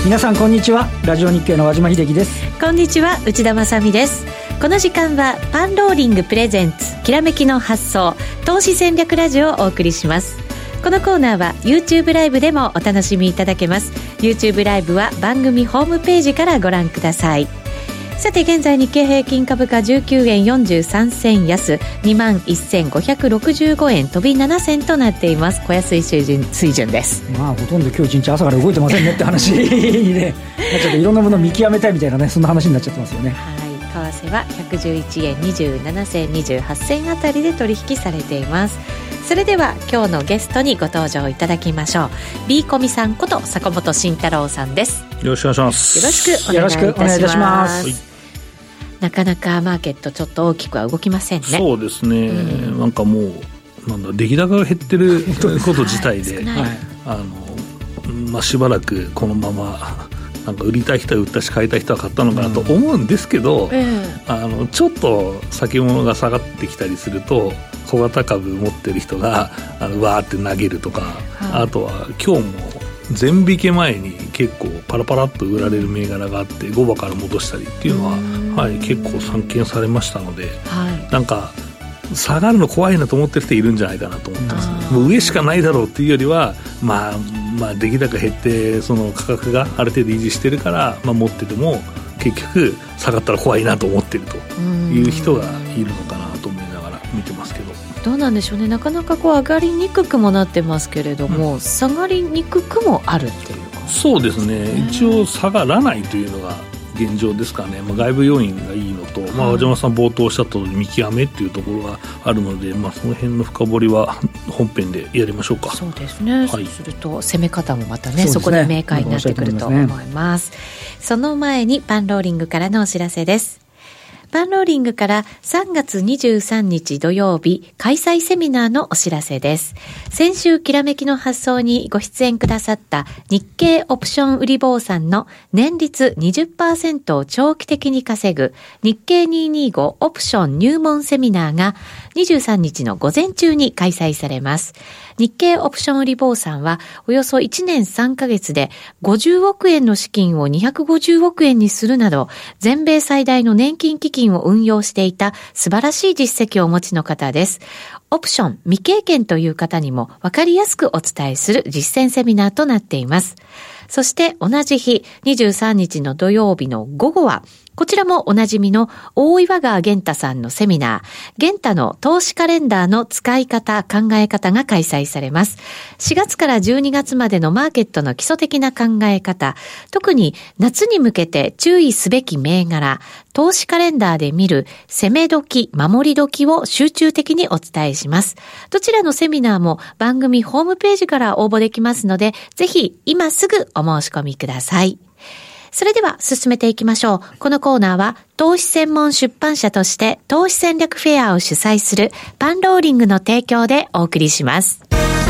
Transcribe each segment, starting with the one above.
皆さんこんにちは。ラジオ日経の和島秀樹です。 こんにちは、内田まさみです。この時間はパンローリングプレゼンツきらめきの発想投資戦略ラジオをお送りします。このコーナーは YouTube ライブでもお楽しみいただけます。 YouTube ライブは番組ホームページからご覧ください。さて現在日経平均株価19円43銭安 21,565 円飛び7銭となっています。小安い水準です。 まあほとんど今日一日朝から動いてませんねって話にねちょっといろんなものを見極めたいみたいなね、そんな話になっちゃってますよね。 はい、為替は111円27銭28銭あたりで取引されています。それでは今日のゲストにご登場いただきましょう。 B コミさんこと坂本慎太郎さんです。 よろしくお願いします。 よろしくお願いいたします。 はい、 なかなかマーケットちょっと大きくは動きませんね。 そうですね、なんかもう出来高が減ってること自体で、しばらくこのままなんか売りたい人は売ったし買いたい人は買ったのかなと思うんですけど、ちょっと先物が下がってきたりすると小型株持ってる人がわーって投げるとか、あとは今日も全引け前に結構パラパラっと売られる銘柄があって5場から戻したりっていうのは、結構散見されましたので、なんか下がるの怖いなと思ってる人いるんじゃないかなと思ってますね。もう上しかないだろうっていうよりは、出来高減ってその価格がある程度維持してるから、持ってても結局下がったら怖いなと思ってるという人がいるのかなと思いながら見てますけど、 どうなんでしょうね。なかなか上がりにくくもなってますけれども、下がりにくくもあるっていうか。 そうですね、一応下がらないというのが現状ですかね。外部要因がいいのと、和島さん冒頭おっしゃった通り見極めっていうところがあるので、その辺の深掘りは本編でやりましょうか。 そうですね、そうすると攻め方もまたね、そこで明快になってくると思います。その前にパンローリングからのお知らせです。パンローリングから3月23日土曜日開催セミナーのお知らせです。先週きらめきの発想にご出演くださった日経オプション売り坊さんの年率 20% を長期的に稼ぐ日経225オプション入門セミナーが23日の午前中に開催されます。日経オプション売り坊さんはおよそ1年3ヶ月で50億円の資金を250億円にするなど全米最大の年金基金を運用していた素晴らしい実績をお持ちの方です。オプション未経験という方にも分かりやすくお伝えする実践セミナーとなっています。そして同じ日23日の土曜日の午後はこちらもおなじみの大岩川源太さんのセミナー、源太の投資カレンダーの使い方、考え方が開催されます。4月から12月までのマーケットの基礎的な考え方、特に夏に向けて注意すべき銘柄、投資カレンダーで見る攻め時、守り時を集中的にお伝えします。どちらのセミナーも番組ホームページから応募できますので、ぜひ今すぐお申し込みください。それでは進めていきましょう。このコーナーは投資専門出版社として投資戦略フェアを主催するパンローリングの提供でお送りします。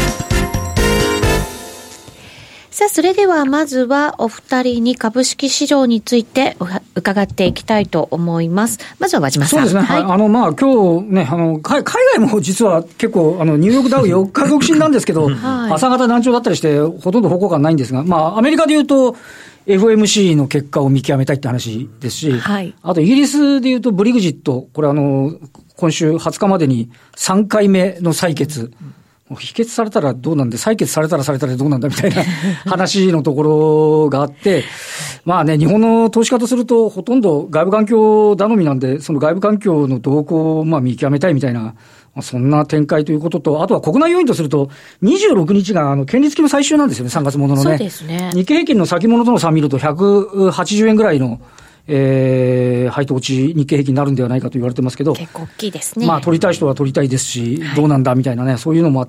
さあ、それではまずはお二人に株式市場について伺っていきたいと思います。まずは和島さん。 そうですね。今日ね、海外も実は結構ニューヨークダウ4日続伸なんですけど、朝方難聴だったりしてほとんど方向感ないんですが、アメリカで言うとFOMC の結果を見極めたいって話ですし、あとイギリスで言うとブリグジット、これ今週20日までに3回目の採決、否決されたらどうなんで、採決されたらどうなんだみたいな話のところがあって、日本の投資家とするとほとんど外部環境頼みなんで、その外部環境の動向を見極めたいみたいな、そんな展開ということと、あとは国内要因とすると、26日が権利付きの最終なんですよね、3月もののね。 そうですね。 日経平均の先物との差を見ると180円ぐらいの、配当落ち日経平均になるんではないかと言われてますけど、 結構大きいですね。 取りたい人は取りたいですし、どうなんだみたいなね、そういうのもあって、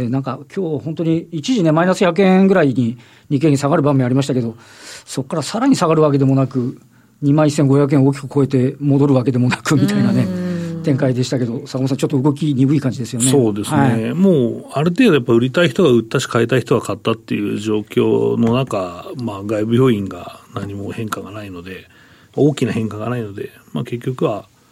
なんか今日本当に一時ね、マイナス100円ぐらいに日経平均下がる場面ありましたけど、そこからさらに下がるわけでもなく、21,500円を大きく超えて戻るわけでもなくみたいなね、展開でしたけど、坂本さんちょっと動き鈍い感じですよね。 そうですね、もうある程度やっぱ売りたい人が売ったし買いたい人が買ったっていう状況の中、外部要因が何も変化がないので、大きな変化がないので、結局は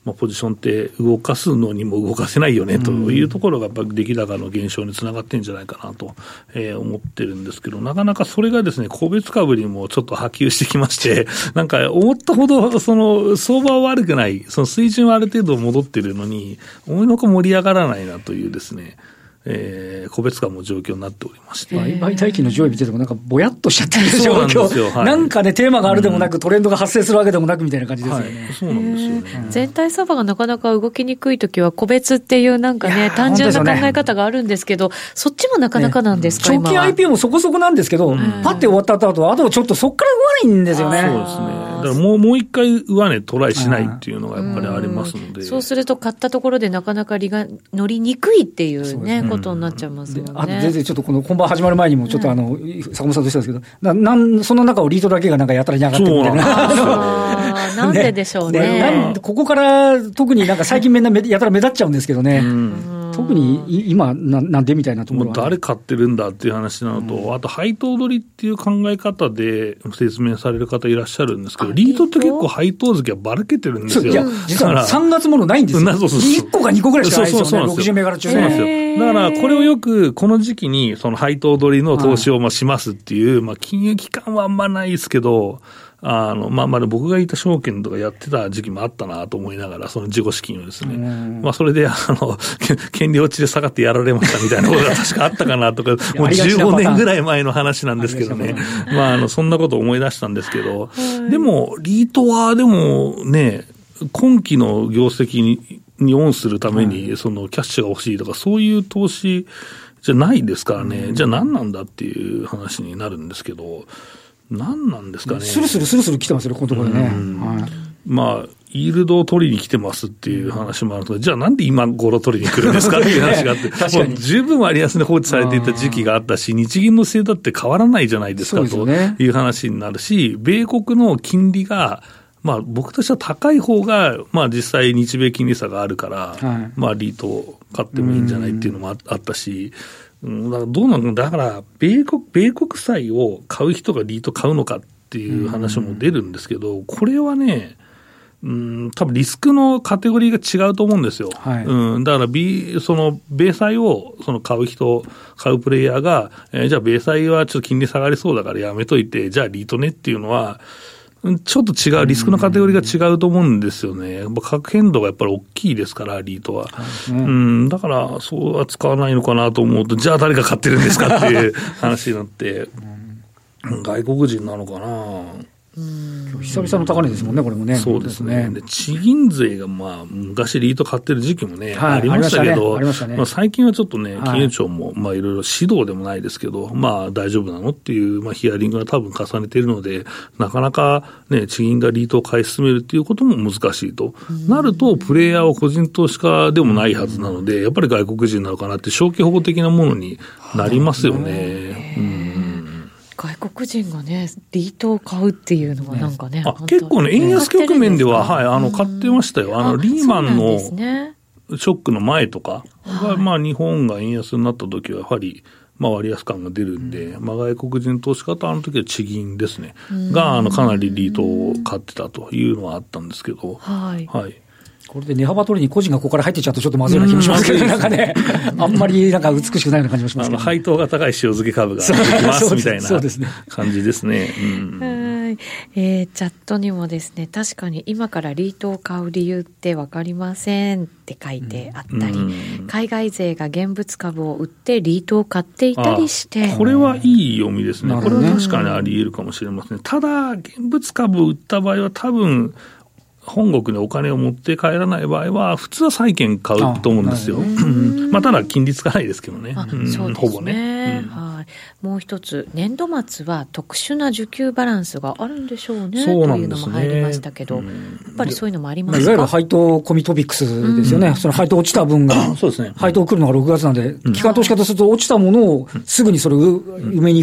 ポジションって動かすのにも動かせないよねというところがやっぱり出来高の減少につながってるんじゃないかなと、思ってるんですけど、なかなかそれがですね、個別株にもちょっと波及してきまして、なんか思ったほどその相場は悪くない、その水準はある程度戻ってるのに、思いのほか盛り上がらないなというですね、個別株の状況になっておりまして、 売買代金の上位見ててもなんかぼやっとしちゃってる状況。そうなんですよ、はい、なんかねテーマがあるでもなく、トレンドが発生するわけでもなくみたいな感じですよね、 はい、そうなんですよね。 全体相場がなかなか動きにくいときは個別っていうなんかね単純な考え方があるんですけど、そっちもなかなかなんですか、 直近 IPO もそこそこなんですけど、パッて終わった後あとちょっとそっから動かないんですよね。 そうですね。だからもう一回上値トライしないっていうのがやっぱりありますので、 そうすると買ったところでなかなか利が乗りにくいっていうね、ことになっちゃいますよね。 あと全然ちょっとこの本番始まる前にもちょっと坂本さんとしたんですけど、その中をリートだけがなんかやたらに上がってるみたいな。 なんででしょうね。 ここから特になんか最近やたら目立っちゃうんですけどね。特に今なんでみたいなところは、 もう誰買ってるんだっていう話なのと、あと配当取りっていう考え方で説明される方いらっしゃるんですけど、リートって結構配当月はばらけてるんですよ。 いや実は3月ものないんですよ。1個か2個ぐらいしかないですよね。60銘柄中。 そうなんですよ。だからこれをよくこの時期にその配当取りの投資をしますっていう、金融機関はあんまないですけど、僕がいた証券とかやってた時期もあったなと思いながら、その自己資金をですね、それで権利落ちで下がってやられましたみたいなことが確かあったかなとか、もう15年ぐらい前の話なんですけどね、そんなことを思い出したんですけど、でもリートはでもね、今期の業績にオンするためにそのキャッシュが欲しいとか、そういう投資じゃないですからね、じゃあ何なんだっていう話になるんですけど、何なんですかね。 スルスル来てますよ、このところでね。 イールドを取りに来てますっていう話もあると、じゃあなんで今頃取りに来るんですかっていう話があって、もう十分割安で放置されていた時期があったし、日銀の姿勢だって変わらないじゃないですかという話になるし、米国の金利が、僕としては高い方が、実際日米金利差があるから、リートを買ってもいいんじゃないっていうのもあったし、だからどうなのだから米国債を買う人がリート買うのかっていう話も出るんですけど、これはね、多分リスクのカテゴリーが違うと思うんですよ。だからその米債を買うプレイヤーが、じゃあ米債はちょっと金利下がりそうだからやめといて、じゃあリートねっていうのは、ちょっと違う、リスクのカテゴリーが違うと思うんですよね。価格変動がやっぱり大きいですから、リートは。だから、そうは使わないのかなと思うと、じゃあ誰が買ってるんですかっていう話になって、外国人なのかな。 久々の高値ですもんね、これもね。 そうですね。で地銀税が昔リート買ってる時期もね、ありましたけど、最近はちょっとね、金融庁もいろいろ指導でもないですけど、大丈夫なのっていう、ヒアリングが多分重ねているので、なかなかね、地銀がリートを買い進めるっていうことも難しいと。なると、プレイヤーは個人投資家でもないはずなので、やっぱり外国人なのかなって、消去法的なものになりますよね。 外国人がね、リートを買うっていうのはなんかね。 結構ね、円安局面では、買ってましたよ。リーマンのショックの前とかが、日本が円安になった時は、やはり、割安感が出るんで、外国人投資家と時は地銀ですね。が、かなりリートを買ってたというのはあったんですけど、 これで値幅取りに個人がここから入ってっちゃうとちょっとまずいような気もしますけど、なんかね、あんまりなんか美しくないような感じもしますけど、 配当が高い塩漬け株ができますみたいな感じですね。 チャットにもですね、確かに今からリートを買う理由って分かりませんって書いてあったり、海外勢が現物株を売ってリートを買っていたりして、 これはいい読みですね。これは確かにあり得るかもしれません。ただ現物株を売った場合は多分本国にお金を持って帰らない場合は普通は債券買うと思うんですよ。ただ金利つかないですけどね。 そうですね。ほぼね。もう一つ、年度末は特殊な需給バランスがあるんでしょうね。そうなんですね。というのも入りましたけど、やっぱりそういうのもありますか。 いわゆる配当込みトピックスですよね。その配当落ちた分が、配当来るのが6月なんで、機関投資家とすると落ちたものをすぐにそれを埋めに行く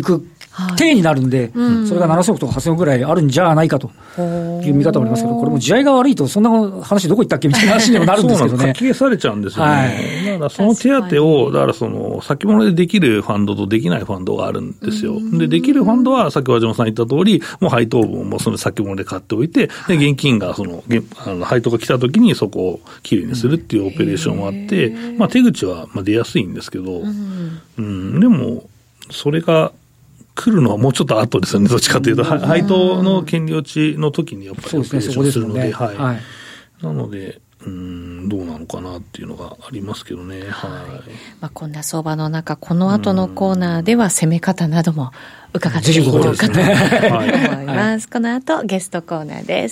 低になるんで、それが7000億とか8000億ぐらいあるんじゃないかという見方もありますけど、これも地合いが悪いと、そんな話どこ行ったっけみたいな話にもなるんですけどね。 書き消されちゃうんですよね。だからその手当を、だからその先物でできるファンドとできないファンドがあるんですよ。で、できるファンドは、さっき和島さん言った通り、もう配当分をもうその先物で買っておいて、で、現金が配当が来た時にそこをきれいにするっていうオペレーションもあって、手口は出やすいんですけど、でも、それが、来るのはもうちょっと後ですよね、どっちかというと、配当の権利落ちの時にやっぱりオペレーションするので、なので、どうなのかなっていうのがありますけどね。 こんな相場の中、この後のコーナーでは攻め方なども伺っていこうかと思います。この後ゲストコーナーです。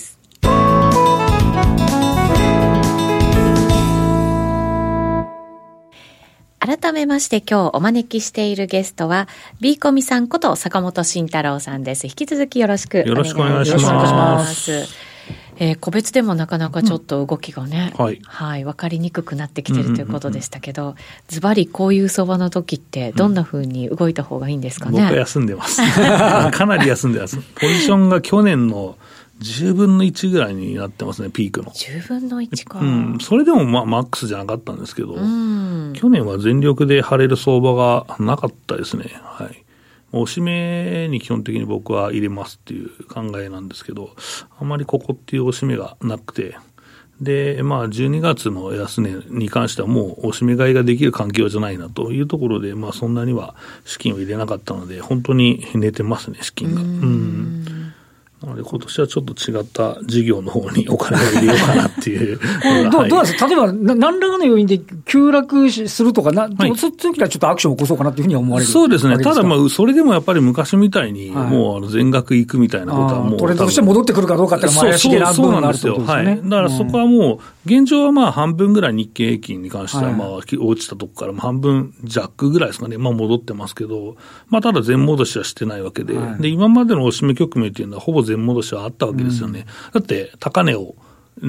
改めまして今日お招きしているゲストは B コミさんこと坂本慎太郎さんです。引き続きよろしくお願いします。個別でもなかなかちょっと動きがね、分かりにくくなってきているということでしたけど、ズバリこういう相場の時ってどんな風に動いた方がいいんですかね。 僕は休んでますかなり休んでます。ポジションが去年の10分の1ぐらいになってますね、ピークの。 10分の1か。 それでもマックスじゃなかったんですけど、去年は全力で張れる相場がなかったですね。おしめに基本的に僕は入れますっていう考えなんですけど、あまりここっていうおしめがなくて、で、12月の安値に関してはもうおしめ買いができる環境じゃないなというところで、そんなには資金を入れなかったので、本当に寝てますね、資金が。なので今年はちょっと違った事業の方にお金を入れようかなっていう。 どうですか。例えば何らかの要因で急落するとか、その時はちょっとアクションを起こそうかなというふうには思われる。 そうですね。ただそれでもやっぱり昔みたいにもう全額いくみたいなことはもうトレンドとして戻ってくるかどうかっていうのは怪しげな部分があるってことですよね。 だからそこはもう現状は半分ぐらい日経平均に関しては落ちたとこから半分弱ぐらいですかね。戻ってますけど、ただ全戻しはしてないわけで、で今までのおしめ局面っていうのはほぼ全戻しはあったわけですよね。だって高値を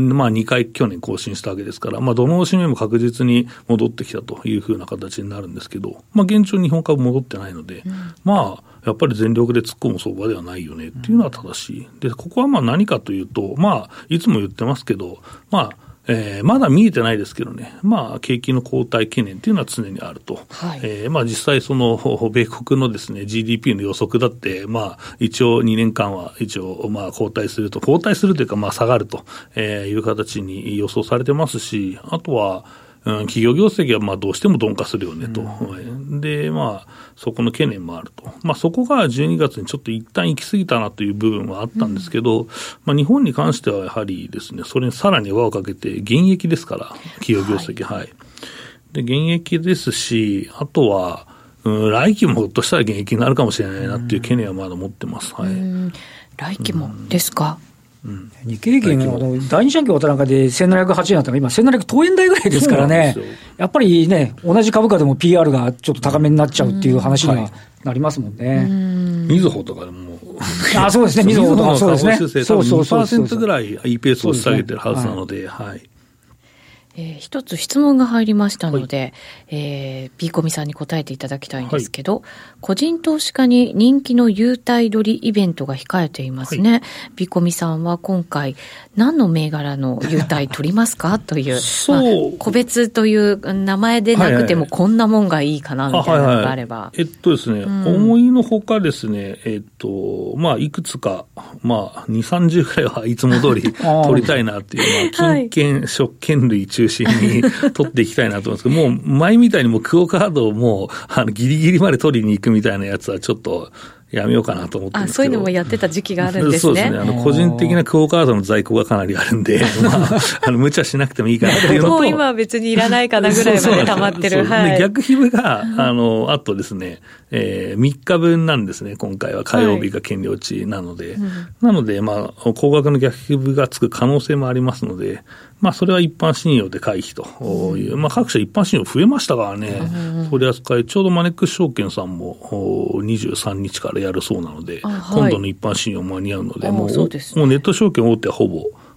2回去年更新したわけですから、どのおしめも確実に戻ってきたというふうな形になるんですけど、現状日本株戻ってないので、やっぱり全力で突っ込む相場ではないよねっていうのは正しい。で、ここは何かというと、いつも言ってますけど、まだ見えてないですけどね、景気の後退懸念というのは常にあると。実際その米国のですね、GDP の予測だって、一応2年間は一応後退するというか下がるという形に予想されてますし、あとは、企業業績はどうしても鈍化するよねと。で、そこの懸念もあると。そこが12月にちょっと一旦行き過ぎたなという部分はあったんですけど、日本に関してはやはりですね、それにさらに輪をかけて現役ですから、企業業績。で、現役ですし、あとは、来期もひょっとしたら現役になるかもしれないなっていう懸念はまだ持ってます。 来期もですか。 日経平均第二四半期終わった中で1708円だったのが今1710円台ぐらいですからね。やっぱりね、同じ株価でも PR がちょっと高めになっちゃうっていう話にはなりますもんね。 みずほとかでもそうですね。みずほとかそうですね。 2% ぐらいいいペースを下げてるはずなので、 一つ質問が入りましたので、B コミさんに答えていただきたいんですけど、個人投資家に人気の優待取りイベントが控えていますね。B コミさんは今回何の銘柄の優待取りますかという、個別という名前でなくてもこんなもんがいいかなみたいなのがあれば。 ですね、思いのほかですね、いくつか、2、30ぐらいはいつも通り取りたいなっていう、金券、食券類中心に取っていきたいなと思うんですけど、もう前みたいにもうクオカードをもうギリギリまで取りに行くみたいなやつはちょっとやめようかなと思ってるんですけど。 そういうのもやってた時期があるんですね。 そうですね。個人的なクオカードの在庫がかなりあるんで、無茶しなくてもいいかなっていうのと。 もう今は別にいらないかなぐらいまで溜まってる。 逆皮膚が、あとですね、3日分なんですね。今回は火曜日が権利落ちなので。なので、高額の逆皮膚がつく可能性もありますので、それは一般信用で回避という、各社一般信用増えましたからね、取り扱い、ちょうどマネックス証券さんも23日からやるそうなので、今度の一般信用間に合うので、もうネット証券大手はほぼ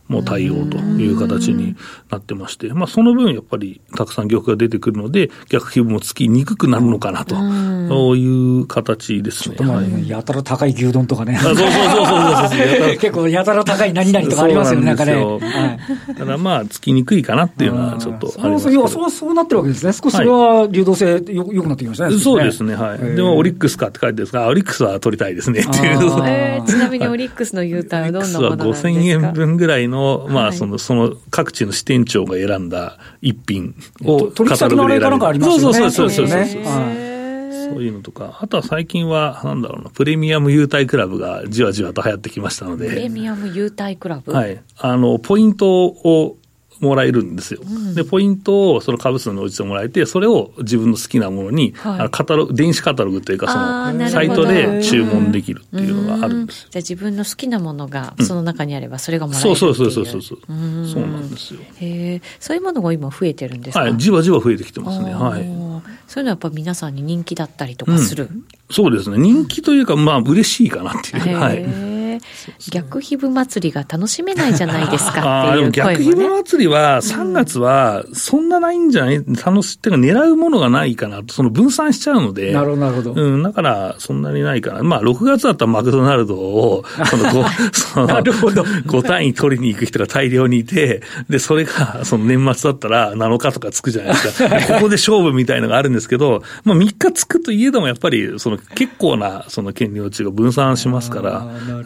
もう対応という形になってまして、その分やっぱりたくさん玉が出てくるので、逆皮膚もつきにくくなるのかなと、そういう形ですね。 やたら高い牛丼とかね。 そう結構やたら高い何々とかありますよね、なんかね。 ただつきにくいかなっていうのはちょっとありますけど。 そうなってるわけですね。少しそれは流動性よくなってきましたね。 そうですね、はい。でもオリックスかって書いてるんですが、オリックスは取りたいですねっていう。 ちなみにオリックスの優待はどんなものなんですか。 5000円分ぐらいの、その各地の支店長が選んだ一品を取引先のあれかなんかありますよね。そういうのとか、あとは最近はプレミアム優待クラブがじわじわと流行ってきましたので。 プレミアム優待クラブ、 はい、ポイントをもらえるんですよ。で、ポイントをその株数に応じてもらえて、それを自分の好きなものに、電子カタログというか、そのサイトで注文できるっていうのがあるんですよ。 じゃあ自分の好きなものがその中にあれば、それがもらえるっていう。 そうなんですよ。 そういうものが今増えてるんですか。 はい、じわじわ増えてきてますね。はい。 そういうのはやっぱり皆さんに人気だったりとかする。 そうですね。人気というか、嬉しいかなっていう。はい。 逆皮膚祭りが楽しめないじゃないですかっていう声もね。 逆皮膚祭りは3月はそんなないんじゃない、楽しいっていうか狙うものがないかなと、その分散しちゃうので。 なるほど。 だからそんなにないかな。6月だったらマクドナルドをなるほど。 5単位取りに行く人が大量にいて、で、それがその年末だったら7日とかつくじゃないですか。ここで勝負みたいなのがあるんですけど、3日つくといえどもやっぱりその結構なその権利落ちが分散しますから、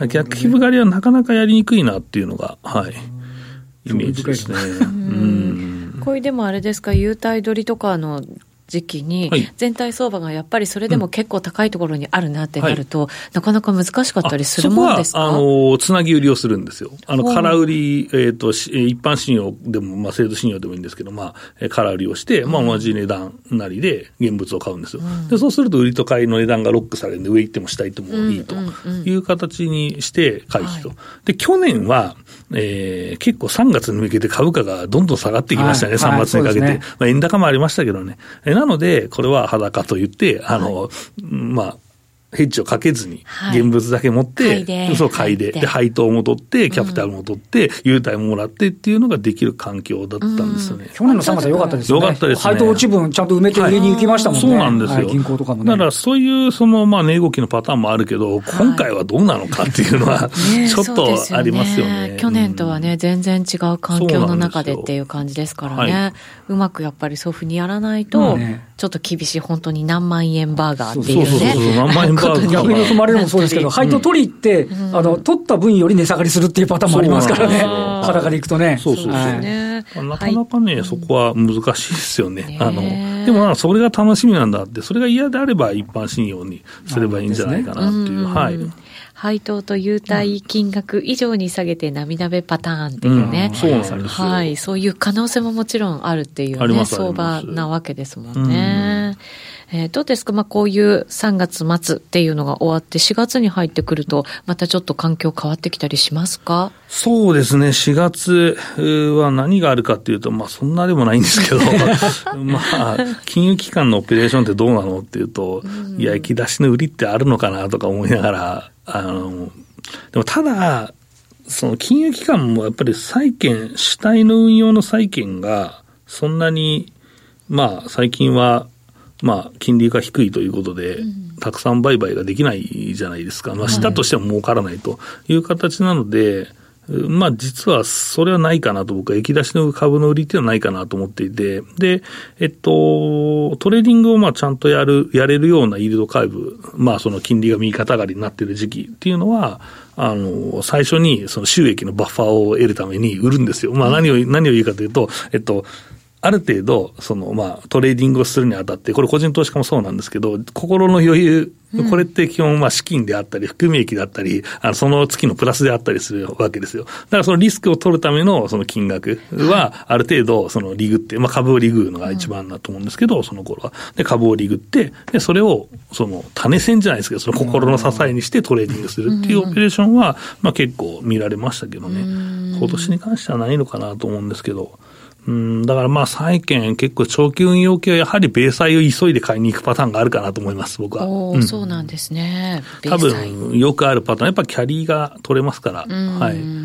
逆皮膚狩りはなかなかやりにくいなっていうのが、はい、イメージですね。 これでもあれですか、優待取りとかの時期に全体相場がやっぱりそれでも結構高いところにあるなってなると、なかなか難しかったりするもんですか。 そこはつなぎ売りをするんですよ。空売り、一般信用でも、制度信用でもいいんですけど、空売りをして、同じ値段なりで現物を買うんですよ。で、そうすると売りと買いの値段がロックされるんで、上行っても下行ってもいいという形にして回避と。で、去年は、結構3月に向けて株価がどんどん下がってきましたね、3月にかけて。円高もありましたけどね。なので、これは裸と言って、ヘッジをかけずに、現物だけ持って、買いで、配当も取って、キャピタルも取って、優待ももらってっていうのができる環境だったんですよね。 去年の3月は良かったですよね。 良かったですね。 配当落ち分ちゃんと埋めて上に行きましたもんね。 そうなんですよ。 銀行とかもね。 だからそういう、値動きのパターンもあるけど、今回はどうなのかっていうのは、ちょっとありますよね。 去年とはね、全然違う環境の中でっていう感じですからね。うまくやっぱりそういうふうにやらないと、ちょっと厳しい、本当に何万円バーガーっていうね。 何万円バーガー。 踏まれるのもそうですけど、配当取りって、取った分より値下がりするっていうパターンもありますからね。裸でいくとね。 なかなかね、そこは難しいですよね。でもそれが楽しみなんだって、それが嫌であれば一般信用にすればいいんじゃないかなっていう。 配当と優待金額以上に下げて涙目パターンっていうね。 そうなんですよ。 はい。そういう可能性ももちろんあるっていうね、相場なわけですもんね。どうですか、こういう3月末っていうのが終わって4月に入ってくるとまたちょっと環境変わってきたりしますか。 そうですね、4月は何があるかっていうと、そんなでもないんですけど金融機関のオペレーションってどうなのっていうと、いや、引き出しの売りってあるのかなとか思いながら、でもただその金融機関もやっぱり債券主体の運用の債券がそんなに最近は金利が低いということで、たくさん売買ができないじゃないですか。したとしても儲からないという形なので、実はそれはないかなと僕は、液出しの株の売りっていうのはないかなと思っていて、で、トレーディングをちゃんとやれるようなイールドカーブ、その金利が右肩上がりになっている時期っていうのは、最初にその収益のバッファーを得るために売るんですよ。何を言うかというと、ある程度、トレーディングをするにあたって、これ個人投資家もそうなんですけど、心の余裕、これって基本資金であったり、含み益だったり、その月のプラスであったりするわけですよ。だからそのリスクを取るためのその金額は、ある程度そのリグって、株をリグるのが一番だと思うんですけど、その頃は。で、株をリグって、で、それをその種銭じゃないですけど、その心の支えにしてトレーディングするっていうオペレーションは、結構見られましたけどね。今年に関してはないのかなと思うんですけど、だから債券結構長期運用系はやはり米債を急いで買いに行くパターンがあるかなと思います、僕は。 そうなんですね。 多分よくあるパターン、やっぱりキャリーが取れますから、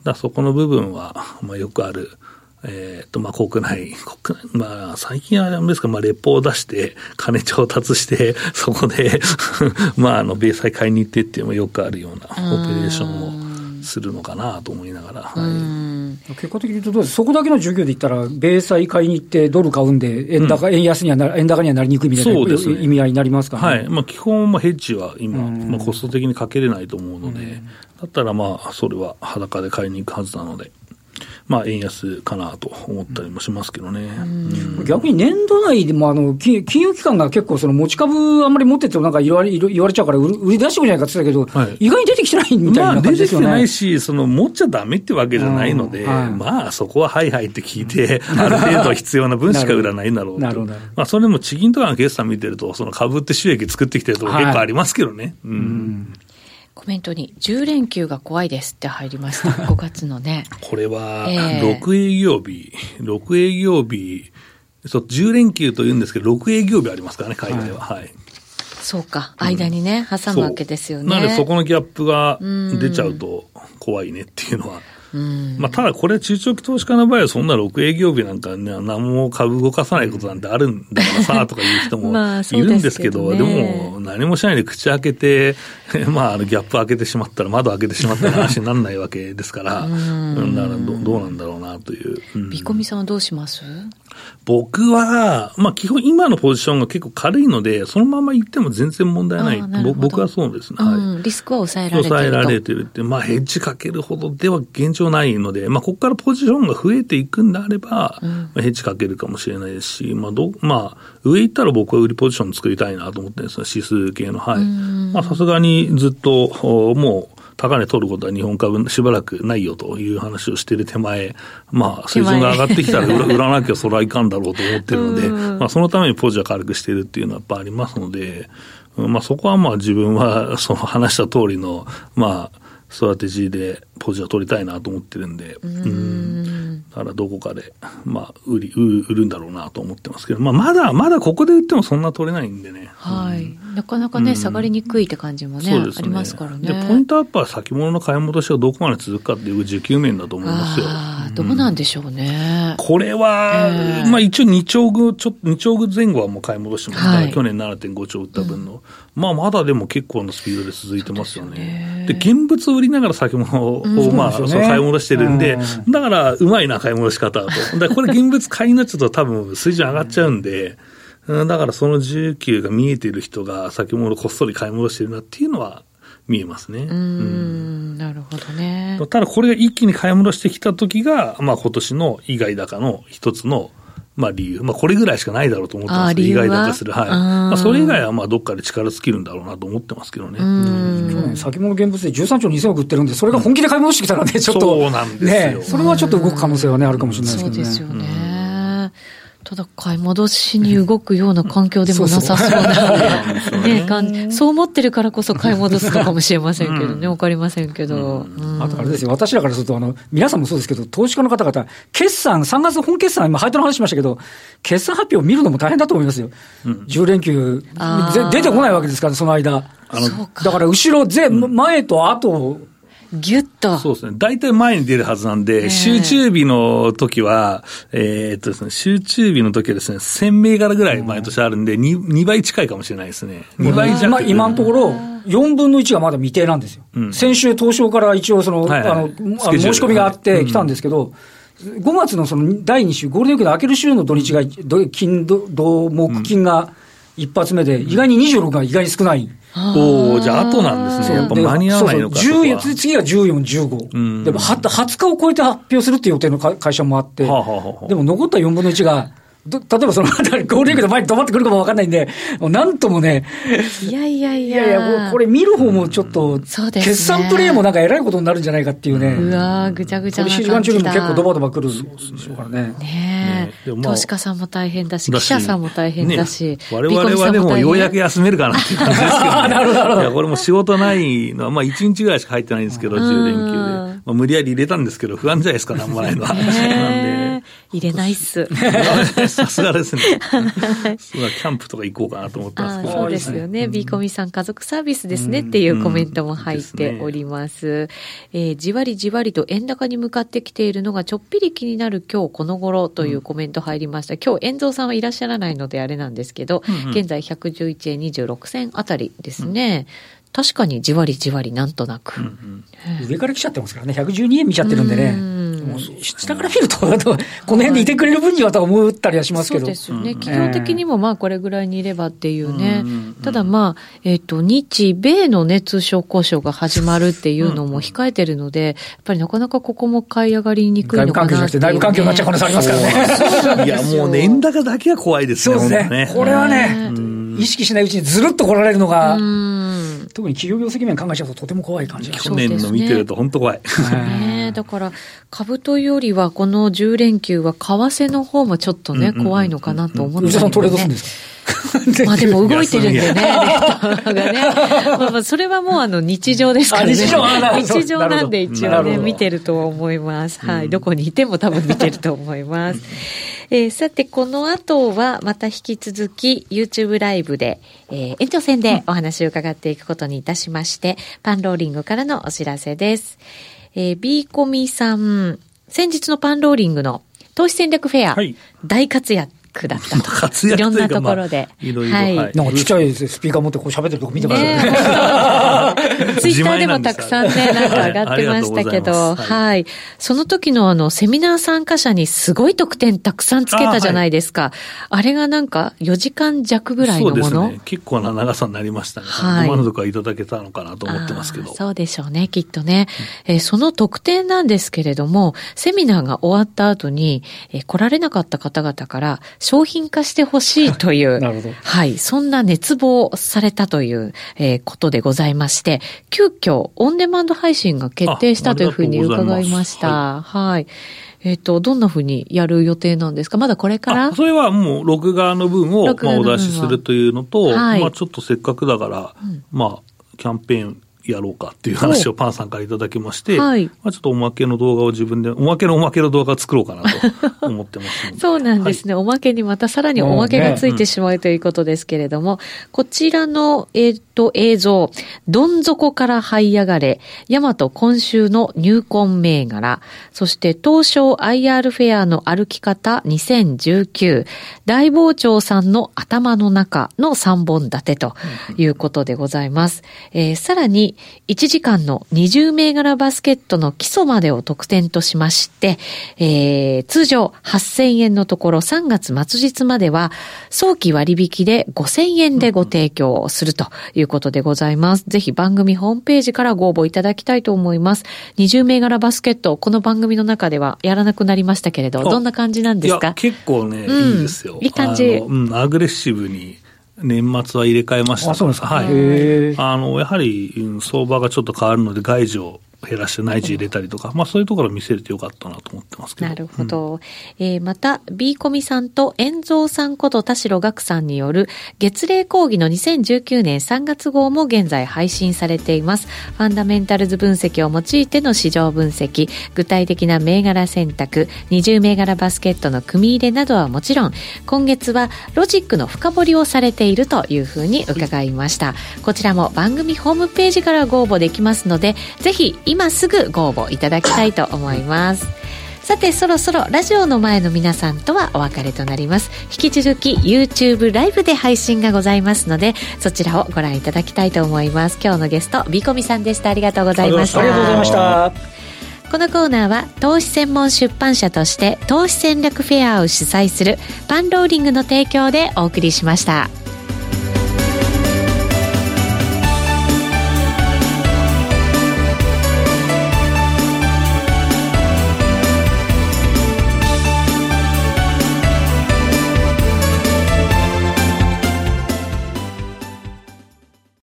だそこの部分は、よくある、国内、最近はあれですか、レポを出して、金調達して、そこで、米債買いに行ってっていうのもよくあるようなオペレーションをするのかなと思いながら。はい、 結果的に言うとどうです？そこだけの授業で言ったら、米債買いに行ってドル買うんで、円高にはなりにくいみたいな、意味合いになりますかね。 はい。基本ヘッジは今、コスト的にかけれないと思うので、だったらそれは裸で買いに行くはずなので。円安かなと思ったりもしますけどね。 逆に年度内でも金融機関が結構その持ち株あんまり持っててもなんか言われちゃうから売り出してくれないかって言ってたけど、はい、意外に出てきてないみたいな感じですよね。 出てきてないし、持っちゃダメってわけじゃないので、そこははいはいって聞いて、ある程度必要な分しか売らないんだろうと。なるほど。それでも地銀とかの決算見てると、その株って収益作ってきてるとこ結構ありますけどね。 コメントに10連休が怖いですって入りました。5月のね。 これは6営業日、10連休というんですけど、6営業日ありますからね、海外は。はい。 そうか、間にね、挟むわけですよね。 なのでそこのギャップが出ちゃうと怖いねっていうのは。ただこれ中長期投資家の場合はそんな6営業日なんかね、何も株動かさないことなんてあるんだからさとかいう人もいるんですけど、でも何もしないで口開けてギャップ開けてしまったら窓開けてしまったら話にならないわけですからだからどうなんだろうなという。 ビコミさんはどうします？ 僕は、基本今のポジションが結構軽いので、そのまま行っても全然問題ない。僕はそうですね。はい、 リスクは抑えられていると。 抑えられているって、ヘッジかけるほどでは現状ないので、ここからポジションが増えていくんであれば、ヘッジかけるかもしれないですし、上行ったら僕は売りポジション作りたいなと思ってるんですよ、指数系の。はい。さすがにずっと、もう、高値取ることは日本株しばらくないよという話をしている手前、水準が上がってきたら売らなきゃそれはいかんだろうと思ってるので、そのためにポジは軽くしているっていうのはやっぱありますので、そこは自分はその話した通りの、ストラテジーでポジを取りたいなと思ってるんで、だからどこかで、売るんだろうなと思ってますけど、まだここで売ってもそんな取れないんでね。 はい。なかなかね、下がりにくいって感じもね、ありますからね。 で、ポイントアップは先物の買い戻しがどこまで続くかっていう需給面だと思いますよ。 どうなんでしょうね。 これは、一応2兆具前後はもう買い戻してますから、去年 7.5 兆売った分の。まだでも結構なスピードで続いてますよね。で、現物を売りながら先物を、買い戻してるんで、だからうまいな買い戻し方と。だからこれ現物買いになっちゃうと多分水準上がっちゃうんで、だからその需給が見えている人が先物こっそり買い戻してるなっていうのは見えますね。 なるほどね。 ただこれが一気に買い戻してきた時が、今年の意外高の一つの理由。これぐらいしかないだろうと思ってますけど、意外だけする。はい。それ以外はどっかで力尽きるんだろうなと思ってますけどね。去年先物現物で13兆2000億売ってるんで、それが本気で買い戻してきたらね、ちょっと。 そうなんですよ。 それはちょっと動く可能性はね、あるかもしれないですけどね。 そうですよね。ただ買い戻しに動くような環境でもなさそうなそう思ってるからこそ買い戻すのかもしれませんけどね、わかりませんけど。 あとあれですよ、私らからすると皆さんもそうですけど、投資家の方々、決算、3月本決算、今配当の話しましたけど、決算発表を見るのも大変だと思いますよ。10連休出てこないわけですから、その間。だから後ろ前と後ギュッと。 そうですね。大体前に出るはずなんで、集中日の時は、ですね、集中日の時はですね、1000銘柄ぐらい毎年あるんで、2倍近いかもしれないですね。2倍じゃなくて。 今のところ、4分の1がまだ未定なんですよ。先週、東証から一応申し込みがあって来たんですけど、5月のその第2週、ゴールデンウィークの明ける週の土日が、金、土、木、金が一発目で、意外に26が意外に少ない。 じゃあ後なんですね。やっぱ間に合わないのか。 次が14、15。でも20日を超えて発表するっていう予定の会社もあって、でも残った4分の1が、例えばそのゴールデンウィークの前に止まってくるかもわかんないんで、なんともね。 いや、 これ見る方もちょっと、決算プレイもなんか偉いことになるんじゃないかっていうね。 うわー、ぐちゃぐちゃな感じだ。 取引時間中にも結構ドバドバ来るでしょうからね。 ねえ。投資家さんも大変だし、記者さんも大変だし。 我々はでもようやく休めるかなっていう感じですけどね。なるほど。いや、これも仕事ないのは、1日ぐらいしか入ってないんですけど、10連休で。 無理やり入れたんですけど不安じゃないですか、なんもないのは。なんで入れないっす。 さすがですね。キャンプとか行こうかなと思ってますけど。 そうですよね。ビーコミさん家族サービスですねっていうコメントも入っております。じわりじわりと円高に向かってきているのがちょっぴり気になる今日この頃というコメント入りました。今日遠蔵さんはいらっしゃらないのであれなんですけど、現在111円26銭あたりですね。確かにじわりじわりなんとなく、 上から来ちゃってますからね。112円見ちゃってるんでね。もう下から見るとこの辺でいてくれる分にはと思ったりはしますけど。 そうですよね。企業的にもまあこれぐらいにいればっていうね。ただまあ日米のね通商交渉が始まるっていうのも控えてるので、やっぱりなかなかここも買い上がりにくいのかなっていう、ね。 だいぶ環境になっちゃう可能性ありますからね。 いやもうね円高だけは怖いですね。 そうですね。これはね意識しないうちにずるっと来られるのが。特に企業業績面考えちゃうととても怖い感じが。 去年の見てると本当怖い。 だから株というよりはこの10連休は為替の方もちょっとね怖いのかなと思って、ね。 内田さんトレードするんですか？ まあでも動いてるんでね、レートがね。まあそれはもう日常ですからね。日常なんで一応ね、見てると思います。はい。どこにいても多分見てると思います。さて、この後はまた引き続き YouTube ライブで、延長戦でお話を伺っていくことにいたしまして、パンローリングからのお知らせです。B コミさん、先日のパンローリングの投資戦略フェア、大活躍だったと。いろんなところで。 いろいろ。 なんかちっちゃいスピーカー持ってこう喋ってるとこ見てますよね。 ツイッターでもたくさんね、なんか上がってましたけど、はい。その時のセミナー参加者にすごい得点たくさんつけたじゃないですか。あれがなんか4時間弱ぐらいのもの。 そうですね。結構な長さになりましたね。ご満足はいただけたのかなと思ってますけど。 そうでしょうね、きっとね。その特典なんですけれども、セミナーが終わった後に、来られなかった方々から、商品化してほしいという、 なるほど。 はい、そんな熱望されたという、ことでございまして、急遽オンデマンド配信が決定したというふうに伺いました。はい。どんなふうにやる予定なんですか？まだこれから？ それはもう録画の分をお出しするというのと、まあちょっとせっかくだから、まあキャンペーンやろうかっていう話をパンさんからいただきまして、まあ、ちょっとおまけの動画を自分で、おまけの動画を作ろうかなと思ってますので。 そうなんですね、おまけにまたさらにおまけがついてしまうということですけれども、こちらの、映像、どん底から這い上がれ、大和今週の入魂銘柄、そして東証 IR フェアの歩き方2019、大傍聴さんの頭の中の3本立てということでございます。さらに、1時間の20銘柄バスケットの基礎までを特典としまして、通常8000円のところ3月末日までは早期割引で5000円でご提供するということでございます。ぜひ番組ホームページからご応募いただきたいと思います。20銘柄バスケット、この番組の中ではやらなくなりましたけれど、どんな感じなんですか？ いや、結構ね、いいですよ。 いい感じ。 アグレッシブに年末は入れ替えました。 そうですか。 はい。やはり、相場がちょっと変わるので、外需を減らして内需入れたりとか、まあそういうところを見せれてよかったなと思ってますけど。 なるほど。また、B コミさんと遠蔵さんこと田代岳さんによる月例講義の2019年3月号も現在配信されています。ファンダメンタルズ分析を用いての市場分析、具体的な銘柄選択、20銘柄バスケットの組み入れなどはもちろん、今月はロジックの深掘りをされているというふうに伺いました。こちらも番組ホームページからご応募できますので、ぜひ今すぐご応募いただきたいと思います。さて、そろそろラジオの前の皆さんとはお別れとなります。引き続き YouTube ライブで配信がございますので、そちらをご覧いただきたいと思います。今日のゲスト、ビコミさんでした。ありがとうございました。 ありがとうございました。 このコーナーは投資専門出版社として投資戦略フェアを主催するパンローリングの提供でお送りしました。